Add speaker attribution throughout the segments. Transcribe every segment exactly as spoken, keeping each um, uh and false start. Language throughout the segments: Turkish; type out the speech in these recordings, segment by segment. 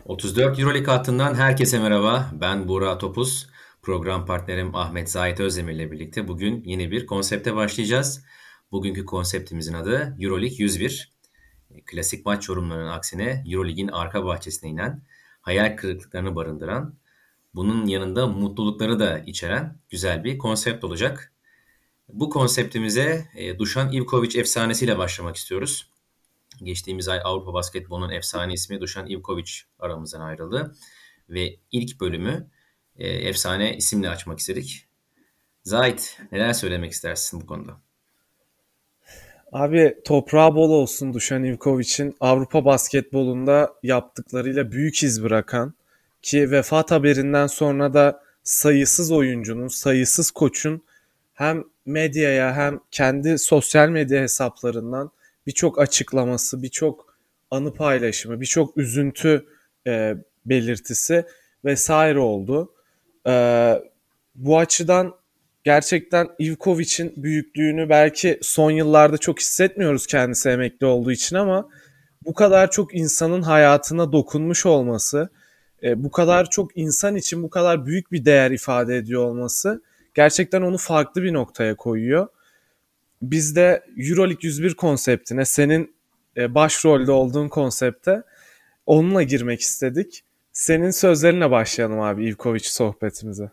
Speaker 1: otuz dört Euroleague hattından herkese merhaba. Ben Buğra Topuz. Program partnerim Ahmet Zahit Özdemir ile birlikte bugün yeni bir konsepte başlayacağız. Bugünkü konseptimizin adı Euroleague yüz bir. Klasik maç yorumlarının aksine Euroleague'in arka bahçesine inen, hayal kırıklıklarını barındıran, bunun yanında mutlulukları da içeren güzel bir konsept olacak. Bu konseptimize e, Dušan Ivković efsanesiyle başlamak istiyoruz. Geçtiğimiz ay Avrupa Basketbolu'nun efsane ismi Dušan Ivković aramızdan ayrıldı. Ve ilk bölümü e, efsane isimle açmak istedik. Zahit, neler söylemek istersin bu konuda?
Speaker 2: Abi toprağı bol olsun Dušan Ivković'in Avrupa basketbolunda yaptıklarıyla büyük iz bırakan ki vefat haberinden sonra da sayısız oyuncunun, sayısız koçun hem medyaya hem kendi sosyal medya hesaplarından birçok açıklaması, birçok anı paylaşımı, birçok üzüntü e, belirtisi vesaire oldu. E, Bu açıdan gerçekten Ivkovic'in büyüklüğünü belki son yıllarda çok hissetmiyoruz kendisi emekli olduğu için ama bu kadar çok insanın hayatına dokunmuş olması, e, bu kadar çok insan için bu kadar büyük bir değer ifade ediyor olması gerçekten onu farklı bir noktaya koyuyor. Biz de Euroleague yüz bir konseptine, senin e, başrolde olduğun konsepte onunla girmek istedik. Senin sözlerinle başlayalım abi Ivkovic sohbetimize.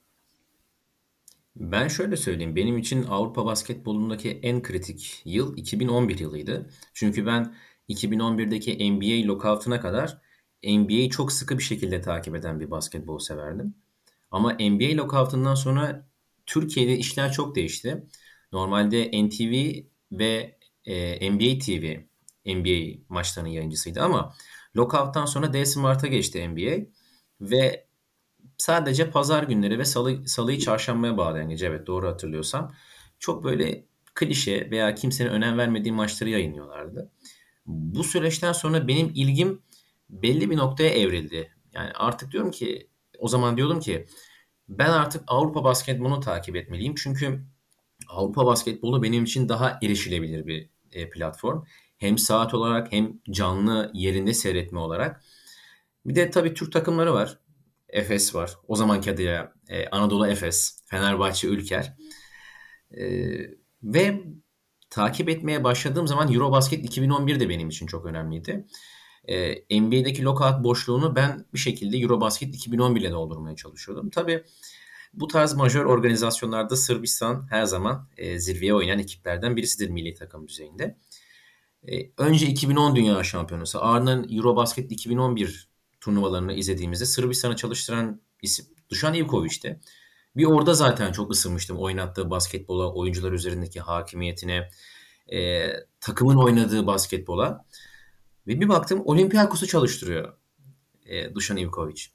Speaker 1: Ben şöyle söyleyeyim. Benim için Avrupa basketbolundaki en kritik yıl iki bin on bir yılıydı. Çünkü ben iki bin on birdeki N B A lockout'una kadar N B A'yi çok sıkı bir şekilde takip eden bir basketbol severdim. Ama N B A lockout'undan sonra Türkiye'de işler çok değişti. Normalde N T V ve e, N B A T V N B A maçlarının yayıncısıydı ama lockout'tan sonra D-Smart'a geçti N B A ve sadece pazar günleri ve salı, salıyı çarşambaya bağlayan gece, evet doğru hatırlıyorsam, çok böyle klişe veya kimsenin önem vermediği maçları yayınlıyorlardı. Bu süreçten sonra benim ilgim belli bir noktaya evrildi. Yani artık diyorum ki, o zaman diyordum ki ben artık Avrupa basketbolunu takip etmeliyim. Çünkü Avrupa basketbolu benim için daha erişilebilir bir e, platform. Hem saat olarak hem canlı yerinde seyretme olarak. Bir de tabii Türk takımları var. Efes var. O zamanki adıyla e, Anadolu Efes, Fenerbahçe Ülker. E, ve takip etmeye başladığım zaman Eurobasket iki bin on bir de benim için çok önemliydi. E, N B A'deki lockout boşluğunu ben bir şekilde Eurobasket iki bin on bir ile doldurmaya çalışıyordum. Tabii bu tarz majör organizasyonlarda Sırbistan her zaman e, zirveye oynayan ekiplerden birisidir milli takım düzeyinde. E, önce iki bin on Dünya Şampiyonası, ardından Eurobasket iki bin on bir turnuvalarını izlediğimizde Sırbistan'ı çalıştıran isim Dušan Ivković'ti. Bir orada zaten çok ısınmıştım oynattığı basketbola, oyuncular üzerindeki hakimiyetine, e, takımın oynadığı basketbola. Ve bir baktım Olympiakos'u çalıştırıyor e, Dušan Ivković.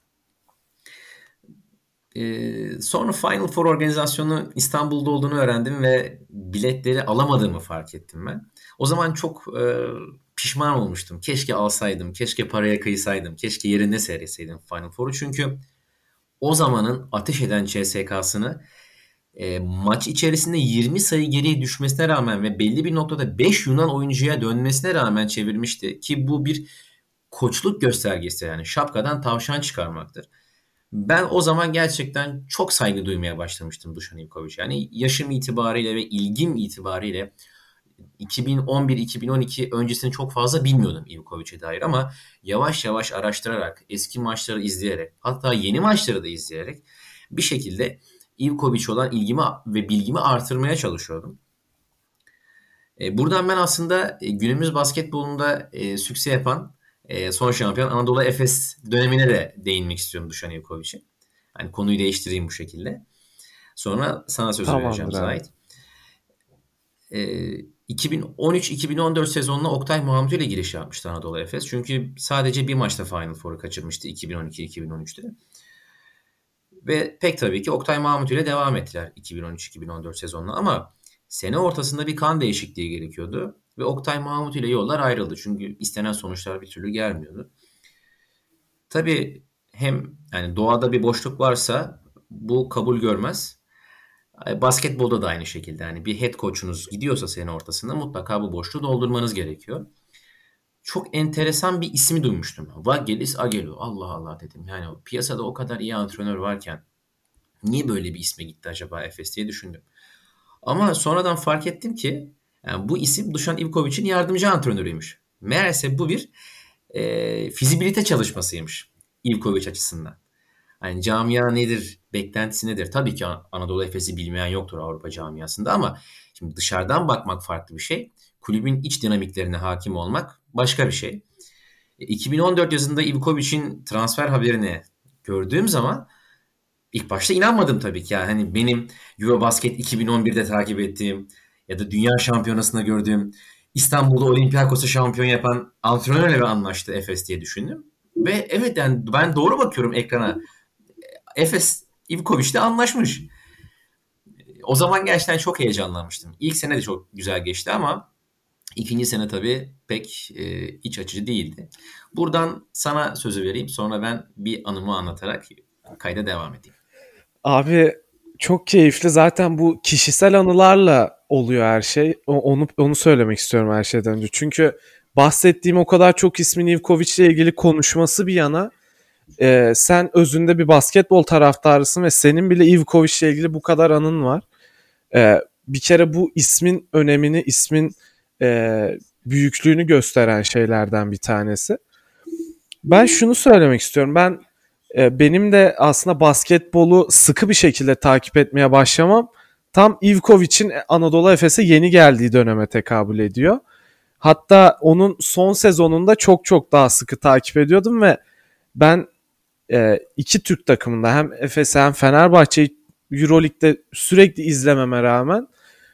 Speaker 1: Ee, sonra Final Four organizasyonu İstanbul'da olduğunu öğrendim ve biletleri alamadığımı fark ettim ben. O zaman çok e, pişman olmuştum. Keşke alsaydım, keşke paraya kıysaydım, keşke yerinde seyretseydim Final Four'u. Çünkü o zamanın ateş eden C S K'sını e, maç içerisinde yirmi sayı geriye düşmesine rağmen ve belli bir noktada beş Yunan oyuncuya dönmesine rağmen çevirmişti. Ki bu bir koçluk göstergesi, yani şapkadan tavşan çıkarmaktır. Ben o zaman gerçekten çok saygı duymaya başlamıştım Dušan Ivković. Yani yaşım itibariyle ve ilgim itibariyle iki bin on bir-iki bin on iki öncesini çok fazla bilmiyordum Ivković'e dair ama yavaş yavaş araştırarak, eski maçları izleyerek, hatta yeni maçları da izleyerek bir şekilde Ivković olan ilgimi ve bilgimi artırmaya çalışıyordum. E, buradan ben aslında e, günümüz basketbolunda e, sükse yapan e, son şampiyon Anadolu Efes dönemine de değinmek istiyorum Dušan Ivković'in. Hani konuyu değiştireyim bu şekilde. Sonra sana sözü vereceğim
Speaker 2: Tamamdır abi.
Speaker 1: Zahit. E, iki bin on üç-iki bin on dört sezonuna Oktay Mahmut ile giriş yapmıştı Anadolu Efes. Çünkü sadece bir maçta Final Four'u kaçırmıştı iki bin on iki-iki bin on üçte. Ve pek tabii ki Oktay Mahmut ile devam ettiler iki bin on üç-iki bin on dört sezonuna ama sene ortasında bir kan değişikliği gerekiyordu ve Oktay Mahmut ile yollar ayrıldı. Çünkü istenen sonuçlar bir türlü gelmiyordu. Tabii hem yani doğada bir boşluk varsa bu kabul görmez. Basketbolda da aynı şekilde, yani bir head coach'unuz gidiyorsa sene ortasında mutlaka bu boşluğu doldurmanız gerekiyor. çok enteresan bir ismi duymuştum. Vagelis Agelo. Allah Allah dedim. Yani piyasada o kadar iyi antrenör varken niye böyle bir isme gitti acaba Efes diye düşündüm. Ama sonradan fark ettim ki yani bu isim Dušan Ivković'in yardımcı antrenörüymüş. Meğerse bu bir e, fizibilite çalışmasıymış Ivković açısından. Hani camia nedir, beklentisi nedir? Tabii ki Anadolu Efes'i bilmeyen yoktur Avrupa camiasında ama şimdi dışarıdan bakmak farklı bir şey. Kulübün iç dinamiklerine hakim olmak başka bir şey. iki bin on dört yazında Ivković'in transfer haberini gördüğüm zaman ilk başta inanmadım tabii ki. Yani hani benim Eurobasket iki bin on birde takip ettiğim ya da Dünya Şampiyonası'nda gördüğüm İstanbul'da Olympiakos'u şampiyon yapan antrenörle mi anlaştı Efes diye düşündüm. Ve evet yani ben doğru bakıyorum ekrana. Efes Ivković'le anlaşmış. O zaman gerçekten çok heyecanlanmıştım. İlk sene de çok güzel geçti ama ikinci sene tabii pek e, iç açıcı değildi. Buradan sana sözü vereyim. Sonra ben bir anımı anlatarak kayda devam edeyim.
Speaker 2: Abi çok keyifli. Zaten bu kişisel anılarla oluyor her şey. O- Onu onu söylemek istiyorum her şeyden önce. Çünkü bahsettiğim o kadar çok ismin Ivković'le ilgili konuşması bir yana, e, sen özünde bir basketbol taraftarısın ve senin bile Ivković'le ilgili bu kadar anın var. E, Bir kere bu ismin önemini, ismin e, büyüklüğünü gösteren şeylerden bir tanesi. Ben şunu söylemek istiyorum. Ben e, benim de aslında basketbolu sıkı bir şekilde takip etmeye başlamam tam Ivković'in Anadolu Efes'e yeni geldiği döneme tekabül ediyor. Hatta onun son sezonunda çok çok daha sıkı takip ediyordum ve ben e, iki Türk takımında hem Efes'i hem Fenerbahçe'yi Euroleague'de sürekli izlememe rağmen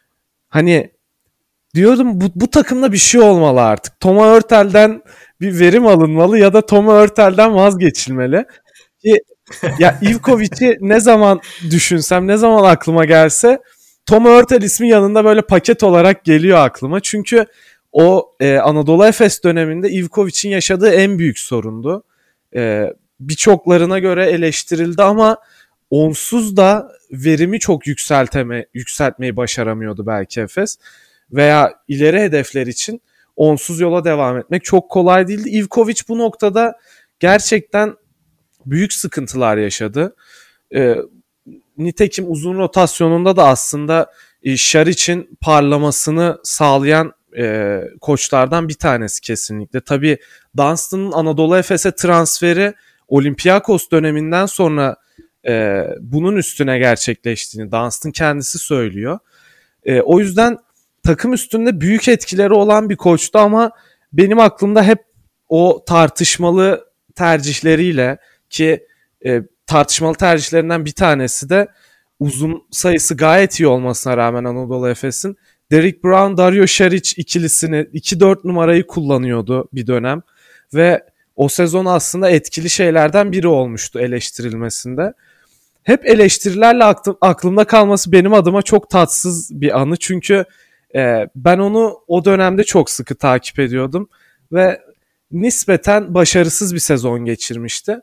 Speaker 2: hani diyordum bu, bu takımda bir şey olmalı artık. Toma Hörtel'den bir verim alınmalı ya da Toma Hörtel'den vazgeçilmeli. Ki ya Ivković'i ne zaman düşünsem, ne zaman aklıma gelse Toma Hörtel ismi yanında böyle paket olarak geliyor aklıma. Çünkü o e, Anadolu Efes döneminde Ivković'in yaşadığı en büyük sorundu. E, Birçoklarına göre eleştirildi ama onsuz da verimi çok yükselteme, yükseltmeyi başaramıyordu belki Efes. Veya ileri hedefler için onsuz yola devam etmek çok kolay değildi. Ivković bu noktada gerçekten büyük sıkıntılar yaşadı. E, Nitekim uzun rotasyonunda da aslında e, Šarić'in parlamasını sağlayan e, koçlardan bir tanesi kesinlikle. Tabii Dunstan'ın Anadolu Efes'e transferi Olympiakos döneminden sonra e, bunun üstüne gerçekleştiğini Dunstan kendisi söylüyor. E, o yüzden takım üstünde büyük etkileri olan bir koçtu ama benim aklımda hep o tartışmalı tercihleriyle ki e, tartışmalı tercihlerinden bir tanesi de uzun sayısı gayet iyi olmasına rağmen Anadolu Efes'in Derrick Brown, Dario Šarić ikilisini iki dört numarayı kullanıyordu bir dönem ve o sezon aslında etkili şeylerden biri olmuştu eleştirilmesinde. Hep eleştirilerle aklımda kalması benim adıma çok tatsız bir anı çünkü e, ben onu o dönemde çok sıkı takip ediyordum ve nispeten başarısız bir sezon geçirmişti.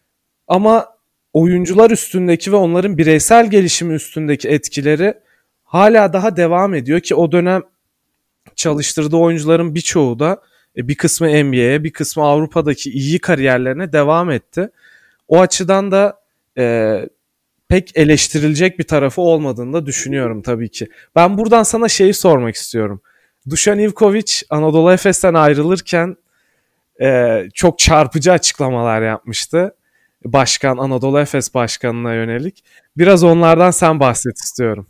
Speaker 2: Ama oyuncular üstündeki ve onların bireysel gelişimi üstündeki etkileri hala daha devam ediyor ki o dönem çalıştırdığı oyuncuların birçoğu da bir kısmı N B A'ye bir kısmı Avrupa'daki iyi kariyerlerine devam etti. O açıdan da e, pek eleştirilecek bir tarafı olmadığını da düşünüyorum tabii ki. Ben buradan sana şeyi sormak istiyorum. Dušan Ivković Anadolu Efes'ten ayrılırken e, çok çarpıcı açıklamalar yapmıştı. Başkan, Anadolu Efes başkanına yönelik. Biraz onlardan sen bahset istiyorum.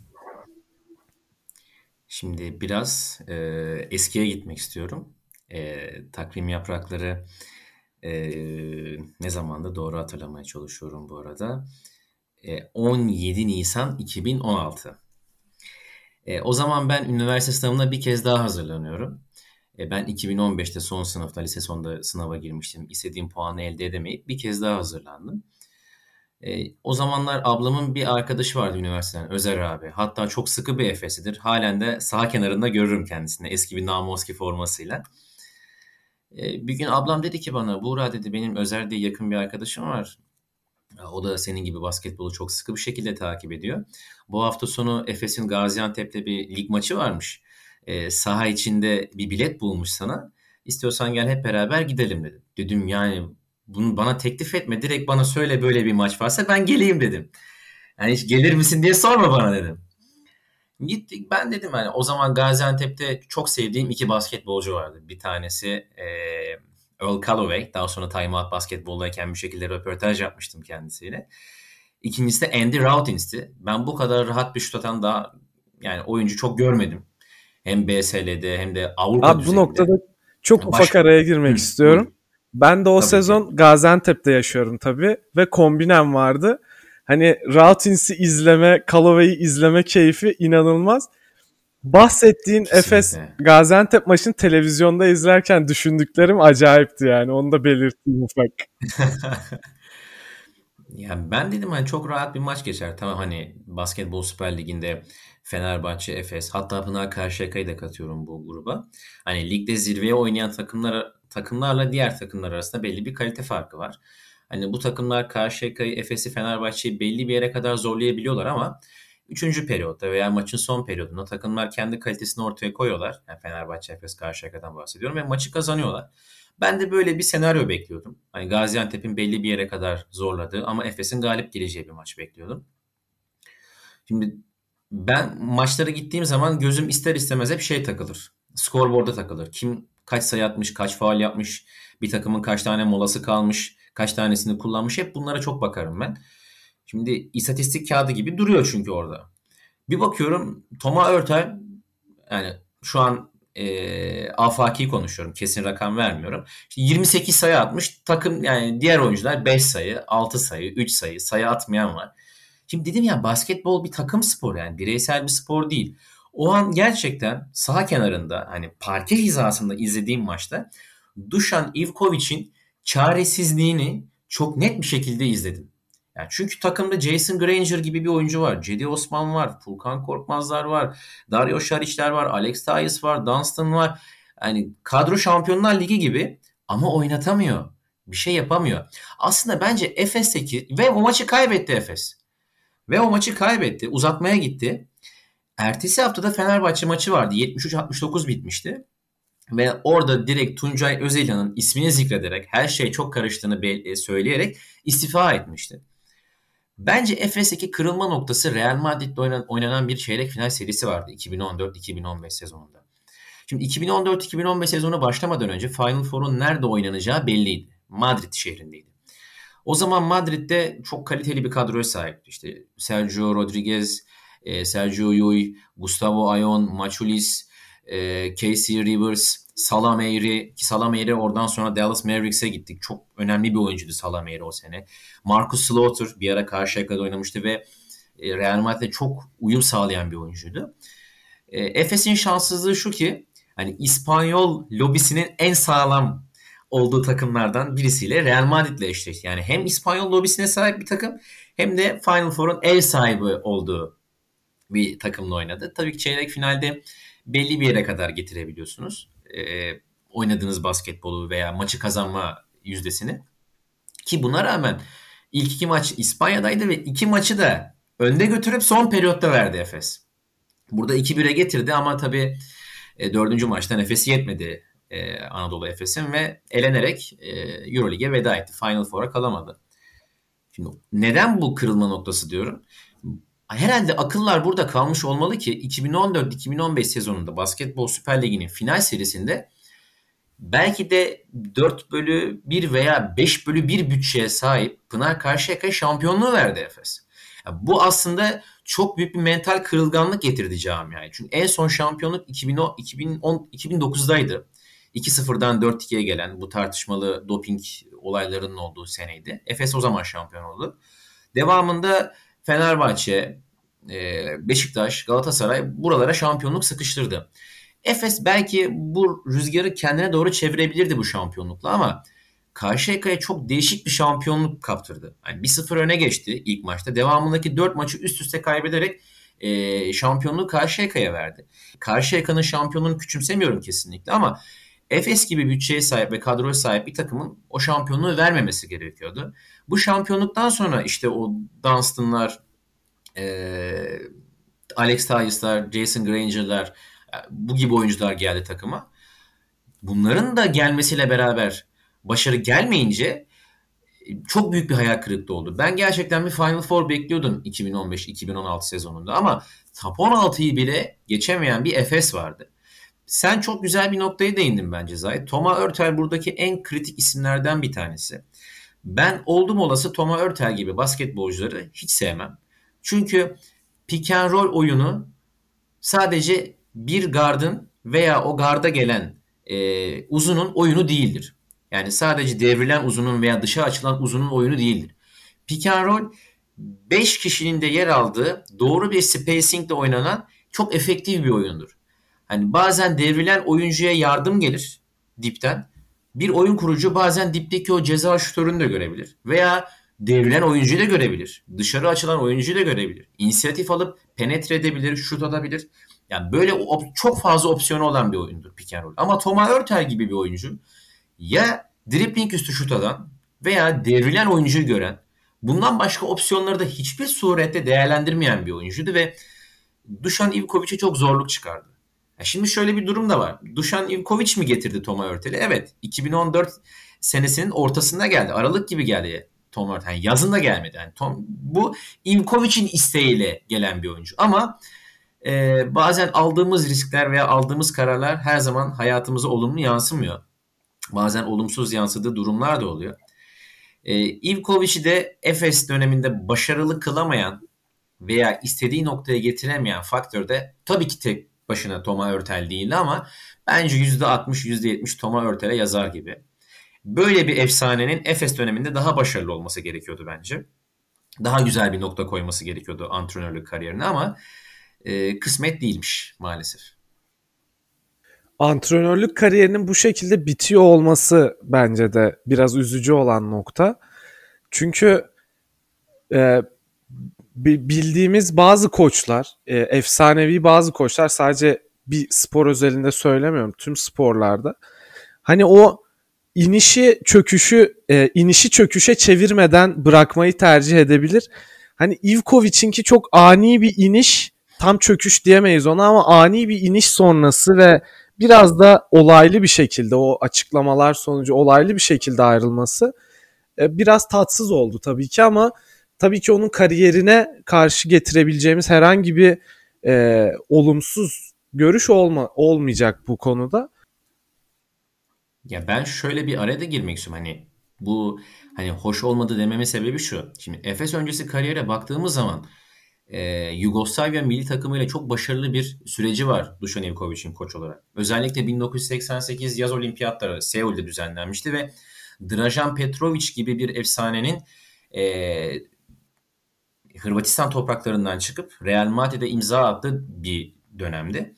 Speaker 1: Şimdi biraz e, eskiye gitmek istiyorum. E, takvim yaprakları e, ne zamandı doğru hatırlamaya çalışıyorum bu arada. E, on yedi Nisan iki bin on altı. E, o zaman ben üniversite sınavına bir kez daha hazırlanıyorum. E, ben iki bin on beşte son sınıfta, lise sonunda sınava girmiştim. İstediğim puanı elde edemeyip bir kez daha hazırlandım. E, o zamanlar ablamın bir arkadaşı vardı üniversiteden, Özer abi. Hatta çok sıkı bir Efes'idir. Halen de sağ kenarında görürüm kendisini eski bir Namoski formasıyla. E, bir gün ablam dedi ki bana, Buğra dedi benim Özer diye yakın bir arkadaşım var. O da senin gibi basketbolu çok sıkı bir şekilde takip ediyor. Bu hafta sonu Efes'in Gaziantep'te bir lig maçı varmış. E, saha içinde bir bilet bulmuş sana. İstiyorsan gel hep beraber gidelim dedi. Dedim yani bunu bana teklif etme. Direkt bana söyle böyle bir maç varsa ben geleyim dedim. Yani hiç gelir misin diye sorma bana dedim. Gittik ben dedim hani o zaman Gaziantep'te çok sevdiğim iki basketbolcu vardı. Bir tanesi eee Earl Calloway. Daha sonra Time Out Basketbol'dayken bir şekilde röportaj yapmıştım kendisiyle. İkincisi de Andy Rautins'ti. Ben bu kadar rahat bir şut atan daha yani oyuncu çok görmedim. Hem B S L'de hem de Avrupa
Speaker 2: Abi bu noktada
Speaker 1: düzeyinde.
Speaker 2: çok ufak
Speaker 1: Baş...
Speaker 2: araya
Speaker 1: Hı,
Speaker 2: girmek istiyorum.
Speaker 1: buyurun.
Speaker 2: Ben de o
Speaker 1: Tabii ki.
Speaker 2: sezon Gaziantep'te yaşıyorum tabii ve kombinem vardı. Hani Rautins'i izleme, Callaway'i izleme keyfi inanılmaz. Bahsettiğin Efes
Speaker 1: Kesinlikle.
Speaker 2: Gaziantep maçını televizyonda izlerken düşündüklerim acayipti yani. Onu da belirteyim ufak.
Speaker 1: Yani ben dedim hani çok rahat bir maç geçer. Tamam hani Basketbol Süper Ligi'nde Fenerbahçe, Efes hatta Pınar Karşıyaka'yı da katıyorum bu gruba. Hani ligde zirveye oynayan takımlar takımlarla diğer takımlar arasında belli bir kalite farkı var. Hani bu takımlar Karşıyaka'yı, Efes'i, Fenerbahçe'yi belli bir yere kadar zorlayabiliyorlar ama üçüncü periyotta veya maçın son periyodunda takımlar kendi kalitesini ortaya koyuyorlar. Yani Fenerbahçe, Efes, Karşıyaka'dan bahsediyorum ve maçı kazanıyorlar. Ben de böyle bir senaryo bekliyordum. Hani Gaziantep'in belli bir yere kadar zorladığı ama Efes'in galip geleceği bir maç bekliyordum. Şimdi ben maçlara gittiğim zaman gözüm ister istemez hep şey takılır. Scoreboard'a takılır. Kim kaç sayı atmış, kaç faul yapmış, bir takımın kaç tane molası kalmış, kaç tanesini kullanmış. Hep bunlara çok bakarım ben. Şimdi istatistik kağıdı gibi duruyor çünkü orada. Bir bakıyorum Toma Örtel yani şu an e, afaki konuşuyorum. Kesin rakam vermiyorum. İşte yirmi sekiz sayı atmış. Takım yani diğer oyuncular beş sayı, altı sayı, üç sayı, sayı atmayan var. Şimdi dedim ya basketbol bir takım sporu yani bireysel bir spor değil. O an gerçekten saha kenarında hani parke hizasında izlediğim maçta Dušan Ivković'in çaresizliğini çok net bir şekilde izledim. Yani çünkü takımda Jason Granger gibi bir oyuncu var. Cedi Osman var. Furkan Korkmazlar var. Dario Šarićler var. Alex Tyus var. Dunstan var. Yani kadro Şampiyonlar Ligi gibi ama oynatamıyor. Bir şey yapamıyor. Aslında bence Efes'teki ve o maçı kaybetti Efes. Ve o maçı kaybetti. Uzatmaya gitti. Ertesi haftada Fenerbahçe maçı vardı. yetmiş üç altmış dokuz bitmişti. Ve orada direkt Tuncay Özilhan'ın ismini zikrederek her şey çok karıştığını be- söyleyerek istifa etmişti. Bence Efes'teki kırılma noktası Real Madrid'de oynan- oynanan bir çeyrek final serisi vardı iki bin on dört iki bin on beş sezonunda. Şimdi iki bin on dört iki bin on beş sezonu başlamadan önce Final Four'un nerede oynanacağı belliydi. Madrid şehrindeydi. O zaman Madrid'de çok kaliteli bir kadroya sahipti. İşte Sergio Rodriguez, e, Sergio Llull, Gustavo Ayón, Machulis, e, Casey Rivers, Salam Eyri. Ki Salam Eyri oradan sonra Dallas Mavericks'e gittik. Çok önemli bir oyuncuydu Salam Eyri o sene. Marcus Slaughter bir ara Karşıyaka'da oynamıştı ve e, Real Madrid'e çok uyum sağlayan bir oyuncuydu. E, Efes'in şanssızlığı şu ki hani İspanyol lobisinin en sağlam olduğu takımlardan birisiyle Real Madrid'le eşleşti. Yani hem İspanyol lobisine sahip bir takım hem de Final Four'un ev sahibi olduğu bir takımla oynadı. Tabii ki çeyrek finalde belli bir yere kadar getirebiliyorsunuz. E, oynadığınız basketbolu veya maçı kazanma yüzdesini. Ki buna rağmen ilk iki maç İspanya'daydı ve iki maçı da önde götürüp son periyotta verdi Efes. Burada iki bire getirdi ama tabii e, dördüncü maçta nefesi yetmedi e, Anadolu Efes'in ve elenerek e, Euroleague'e veda etti. Final Four'a kalamadı. Şimdi neden bu kırılma noktası diyorum? Herhalde akıllar burada kalmış olmalı ki iki bin on dört iki bin on beş sezonunda Basketbol Süper Ligi'nin final serisinde belki de dört bölü bir veya beş bölü bir bütçeye sahip Pınar Karşıyaka şampiyonluğu verdi Efes. Ya bu aslında çok büyük bir mental kırılganlık getirdi camiaya. Çünkü en son şampiyonluk iki bin on, iki bin on, iki bin dokuzdaydı. iki sıfırdan dört ikiye gelen bu tartışmalı doping olaylarının olduğu seneydi. Efes o zaman şampiyon oldu. Devamında Fenerbahçe, e, Beşiktaş, Galatasaray buralara şampiyonluk sıkıştırdı. Efes belki bu rüzgarı kendine doğru çevirebilirdi bu şampiyonlukla ama Karşıyaka'ya çok değişik bir şampiyonluk kaptırdı. Yani bir sıfır öne geçti ilk maçta. Devamındaki dört maçı üst üste kaybederek e, şampiyonluğu Karşıyaka'ya verdi. Karşıyaka'nın şampiyonluğunu küçümsemiyorum kesinlikle ama Efes gibi bütçeye sahip ve kadroya sahip bir takımın o şampiyonluğu vermemesi gerekiyordu. Bu şampiyonluktan sonra işte o Dunstan'lar, e, Alex Tyus'lar, Jason Granger'lar bu gibi oyuncular geldi takıma. bunların da gelmesiyle beraber başarı gelmeyince çok büyük bir hayal kırıklığı oldu. Ben gerçekten bir Final Four bekliyordum iki bin on beş iki bin on altı sezonunda ama Top on altıyı bile geçemeyen bir Efes vardı. Sen çok güzel bir noktaya değindin bence Zahit. Toma Örtel buradaki en kritik isimlerden bir tanesi. Ben oldum olası Toma Örtel gibi basketbolcuları hiç sevmem. Çünkü pick and roll oyunu sadece bir gardın veya o garda gelen e, uzunun oyunu değildir. Yani sadece devrilen uzunun veya dışa açılan uzunun oyunu değildir. Pick and roll beş kişinin de yer aldığı doğru bir spacingle oynanan çok efektif bir oyundur. Hani bazen devrilen oyuncuya yardım gelir dipten. Bir oyun kurucu bazen dipteki o ceza şutörünü de görebilir. Veya devrilen oyuncuyu da görebilir. Dışarı açılan oyuncuyu da görebilir. İnisiyatif alıp penetre edebilir, şut atabilir. Yani böyle op- çok fazla opsiyonu olan bir oyundur pick and roll. Ama Toma Örtel gibi bir oyuncu ya dribbling üstü şut atan veya devrilen oyuncuyu gören, bundan başka opsiyonları da hiçbir surette değerlendirmeyen bir oyuncuydu ve Dušan Ivković'e çok zorluk çıkardı. Ya şimdi şöyle bir durum da var. Dušan Ivković mi getirdi Toma Örtel'i? Evet. iki bin on dört senesinin ortasında geldi. Aralık gibi geldi Toma Örtel. Yani yazında gelmedi. Yani Tom, bu Ivković'in isteğiyle gelen bir oyuncu. Ama e, bazen aldığımız riskler veya aldığımız kararlar her zaman hayatımıza olumlu yansımıyor. Bazen olumsuz yansıdığı durumlar da oluyor. E, Ivković'i de Efes döneminde başarılı kılamayan veya istediği noktaya getiremeyen faktör de tabii ki tek başına Toma Örtel değildi ama bence yüzde altmış yüzde yetmiş Toma Örtel'e yazar gibi. Böyle bir efsanenin Efes döneminde daha başarılı olması gerekiyordu bence. Daha güzel bir nokta koyması gerekiyordu antrenörlük kariyerine ama e, kısmet değilmiş maalesef.
Speaker 2: Antrenörlük kariyerinin bu şekilde bitiyor olması bence de biraz üzücü olan nokta. Çünkü e, bildiğimiz bazı koçlar, e, efsanevi bazı koçlar, sadece bir spor özelinde söylemiyorum, tüm sporlarda. Hani o inişi çöküşü, e, inişi çöküşe çevirmeden bırakmayı tercih edebilir. Hani Ivković'inki çok ani bir iniş, tam çöküş diyemeyiz ona ama ani bir iniş sonrası ve biraz da olaylı bir şekilde, o açıklamalar sonucu olaylı bir şekilde ayrılması e, biraz tatsız oldu tabii ki ama tabii ki onun kariyerine karşı getirebileceğimiz herhangi bir e, olumsuz görüş olma, olmayacak bu konuda.
Speaker 1: Ya ben şöyle bir araya da girmek istiyorum. Hani bu hani hoş olmadı dememin sebebi şu. Şimdi Efes öncesi kariyere baktığımız zaman e, Yugoslavya milli takımıyla çok başarılı bir süreci var Dušan Ivković'in koç olarak. Özellikle bin dokuz yüz seksen sekiz yaz olimpiyatları Seul'de düzenlenmişti ve Dražan Petrović gibi bir efsanenin e, Hırvatistan topraklarından çıkıp Real Madrid'e imza attığı bir dönemdi.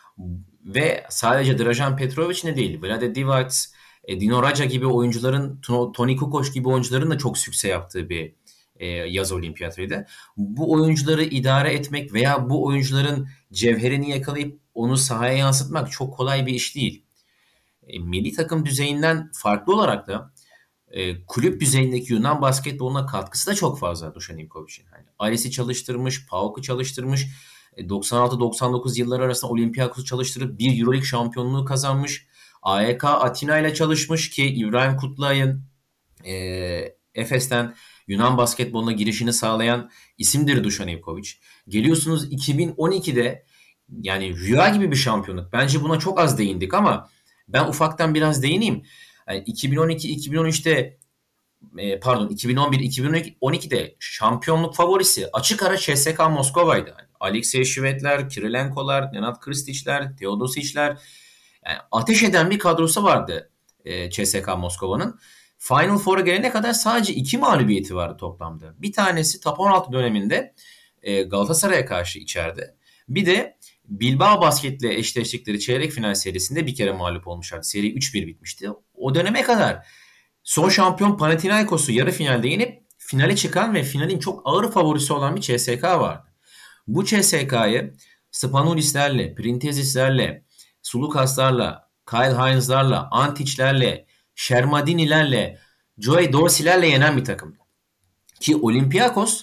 Speaker 1: Ve sadece Dražan Petrović ne değil, Vlade Divac, e, Dino Radja gibi oyuncuların, Toni Kukoc gibi oyuncuların da çok sükse yaptığı bir e, yaz olimpiyatıydı. Bu oyuncuları idare etmek veya bu oyuncuların cevherini yakalayıp onu sahaya yansıtmak çok kolay bir iş değil. E, milli takım düzeyinden farklı olarak da e, kulüp düzeyindeki Yunan basketboluna katkısı da çok fazla Dušan Ivković'in. Yani Aris'i çalıştırmış, PAOK'u çalıştırmış, e, doksan altı doksan dokuz yılları arasında Olympiakos'u çalıştırıp bir Euroleague şampiyonluğu kazanmış. A E K Atina ile çalışmış ki İbrahim Kutluay'ın e, Efes'ten Yunan basketboluna girişini sağlayan isimdir Dušan Ivković. Geliyorsunuz iki bin on ikide yani rüya gibi bir şampiyonluk. Bence buna çok az değindik ama ben ufaktan biraz değineyim. Yani iki bin on iki iki bin on üçte e, pardon iki bin on bir iki bin on ikide şampiyonluk favorisi açık ara C S K A Moskova'ydı. Yani Alexey Shvedler, Kirilenko'lar, Nenad Krstić'ler, Teodosic'ler, yani ateş eden bir kadrosu vardı e, C S K A Moskova'nın. Final Four'a gelene kadar sadece iki mağlubiyeti vardı toplamda. Bir tanesi Top on altı döneminde e, Galatasaray'a karşı içeride. Bir de Bilbao Basket'le eşleştikleri çeyrek final serisinde bir kere mağlup olmuşlardı. Seri üç bir bitmişti. O döneme kadar son şampiyon Panathinaikos'u yarı finalde yenip finale çıkan ve finalin çok ağır favorisi olan bir C S K A vardı. Bu C S K A'yı Spanulis'lerle, Printezis'lerle, Sulukas'larla, Kyle Hines'larla, Antic'lerle, Shermadini'lerle, Joey Dorsey'lerle yenen bir takımdı. Ki Olympiakos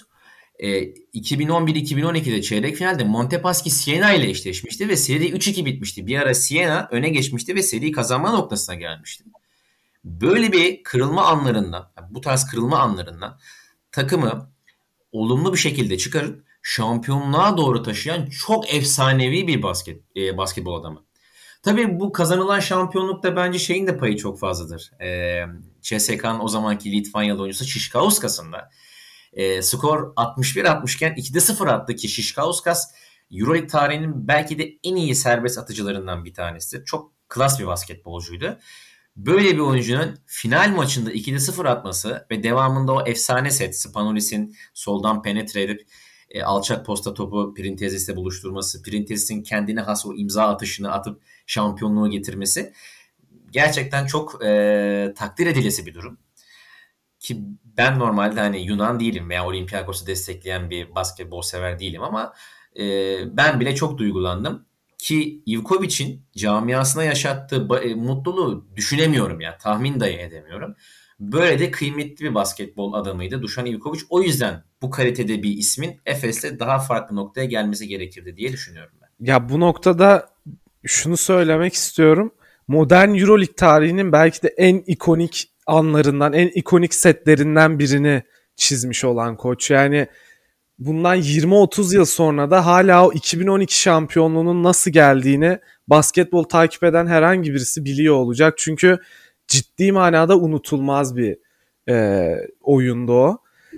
Speaker 1: E, iki bin on bir-iki bin on ikide çeyrek finalde Montepaschi Siena ile eşleşmişti ve seri üç iki bitmişti. Bir ara Siena öne geçmişti ve seri kazanma noktasına gelmişti. Böyle bir kırılma anlarından, bu tarz kırılma anlarından takımı olumlu bir şekilde çıkarıp şampiyonluğa doğru taşıyan çok efsanevi bir basket e, basketbol adamı. Tabii bu kazanılan şampiyonlukta bence şeyin de payı çok fazladır. E, C S K 'nın o zamanki Litvanyalı oyuncusu Şişkauskas'ın da. E, skor altmış bir altmış iken ikide sıfır attı ki Şişkauskas Euroleague tarihinin belki de en iyi serbest atıcılarından bir tanesi. Çok klas bir basketbolcuydu. Böyle bir oyuncunun final maçında ikide sıfır atması ve devamında o efsane set Spanulis'in soldan penetre edip e, alçak posta topu Printezis'le buluşturması, Printezis'in kendine has o imza atışını atıp şampiyonluğu getirmesi gerçekten çok e, takdir edilesi bir durum. Ki ben normalde hani Yunan değilim veya Olympiakos'u destekleyen bir basketbol sever değilim ama e, ben bile çok duygulandım. Ki Ivkovic'in camiasına yaşattığı ba- e, mutluluğu düşünemiyorum ya. Tahmin dahi edemiyorum. Böyle de kıymetli bir basketbol adamıydı Dušan Ivković. O yüzden bu kalitede bir ismin Efes'le daha farklı noktaya gelmesi gerekirdi diye düşünüyorum ben.
Speaker 2: Ya bu noktada şunu söylemek istiyorum. Modern Euroleague tarihinin belki de en ikonik anlarından, en ikonik setlerinden birini çizmiş olan koç. Yani bundan yirmi otuz yıl sonra da hala o iki bin on iki şampiyonluğunun nasıl geldiğini basketbol takip eden herhangi birisi biliyor olacak. Çünkü ciddi manada unutulmaz bir e, oyundu o.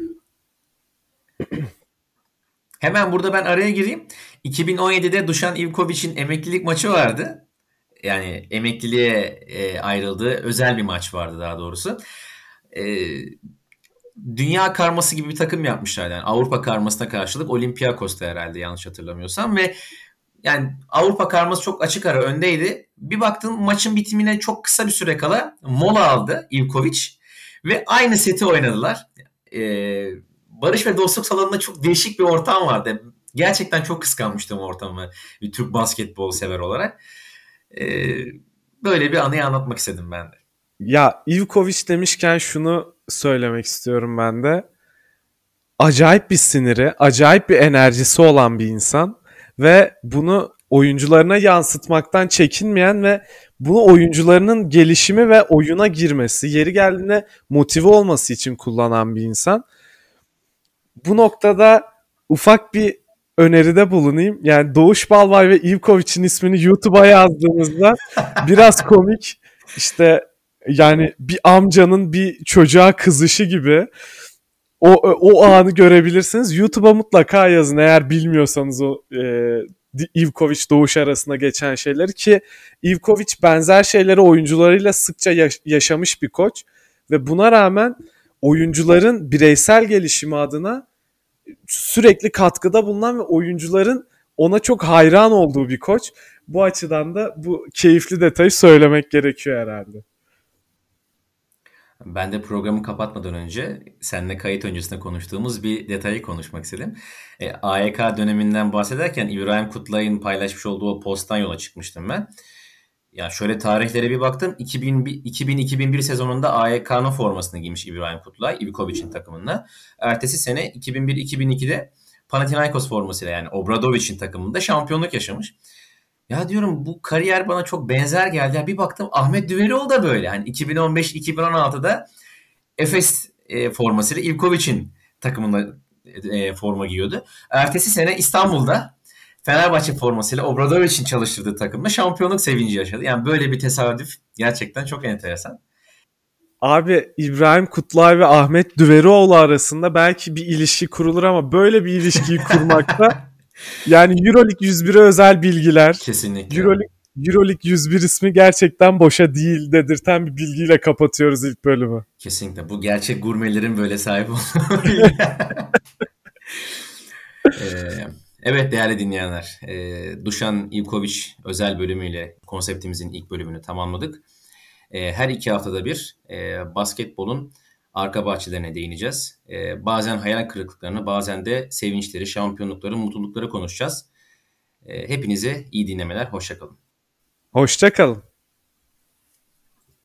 Speaker 1: Hemen burada ben araya gireyim. iki bin on yedide Dušan Ivković'in emeklilik maçı vardı. Yani emekliliğe e, ayrıldığı özel bir maç vardı daha doğrusu. E, Dünya karması gibi bir takım yapmışlar. Yani Avrupa karmasına karşılık Olympiakos'ta herhalde yanlış hatırlamıyorsam ve yani Avrupa karması çok açık ara öndeydi. Bir baktın maçın bitimine çok kısa bir süre kala mola aldı Ivković ve aynı seti oynadılar. Ee, Barış ve dostluk salonunda çok değişik bir ortam vardı. Gerçekten çok kıskanmıştım ortamı bir Türk basketbol sever olarak. Ee, Böyle bir anıyı anlatmak istedim ben de.
Speaker 2: Ya Ivkovic demişken şunu söylemek istiyorum ben de. Acayip bir siniri, acayip bir enerjisi olan bir insan ve bunu oyuncularına yansıtmaktan çekinmeyen ve bunu oyuncularının gelişimi ve oyuna girmesi, yeri geldiğinde motive olması için kullanan bir insan. Bu noktada ufak bir öneride bulunayım. Yani Doğuş Balbay ve Ivkovic'in ismini YouTube'a yazdığımızda biraz komik, işte yani bir amcanın bir çocuğa kızışı gibi o o anı görebilirsiniz. YouTube'a mutlaka yazın eğer bilmiyorsanız o e, Ivkovic Doğuş arasında geçen şeyleri, ki Ivkovic benzer şeyleri oyuncularıyla sıkça yaş- yaşamış bir koç ve buna rağmen oyuncuların bireysel gelişimi adına sürekli katkıda bulunan ve oyuncuların ona çok hayran olduğu bir koç. Bu açıdan da bu keyifli detayı söylemek gerekiyor herhalde.
Speaker 1: Ben de programı kapatmadan önce seninle kayıt öncesinde konuştuğumuz bir detayı konuşmak istedim. E, A Y K döneminden bahsederken İbrahim Kutlay'ın paylaşmış olduğu o posttan yola çıkmıştım ben. Ya şöyle tarihlere bir baktım. iki bin iki bin bir sezonunda A Y K'nın formasını giymiş İbrahim Kutlay, Ivkovic'in takımında. Ertesi sene iki bin bir iki bin ikide Panathinaikos formasıyla yani Obradovic'in takımında şampiyonluk yaşamış. Ya diyorum bu kariyer bana çok benzer geldi. Ya bir baktım Ahmet Düverioğlu da böyle. Hani iki bin on beş iki bin on altıda Efes e, formasıyla Ivkovic'in takımında e, forma giyiyordu. Ertesi sene İstanbul'da Fenerbahçe formasıyla Obradovic'in çalıştırdığı takımda şampiyonluk sevinci yaşadı. Yani böyle bir tesadüf gerçekten çok enteresan.
Speaker 2: Abi İbrahim Kutlay ve Ahmet Düverioğlu arasında belki bir ilişki kurulur ama böyle bir ilişkiyi kurmakta, yani Euroleague yüz bire özel bilgiler,
Speaker 1: Kesinlikle.
Speaker 2: Euroleague, Euroleague yüz bir ismi gerçekten boşa değil dedirten bir bilgiyle kapatıyoruz ilk bölümü.
Speaker 1: Kesinlikle. Bu gerçek gurmelerin böyle sahip olduğu bilgi. Ee, evet değerli dinleyenler. E, Dušan Ivković özel bölümüyle konseptimizin ilk bölümünü tamamladık. E, her iki haftada bir e, basketbolun arka bahçelerine değineceğiz. E, bazen hayal kırıklıklarını, bazen de sevinçleri, şampiyonlukları, mutlulukları konuşacağız. E, hepinize iyi dinlemeler, hoşça kalın.
Speaker 2: Hoşça kalın.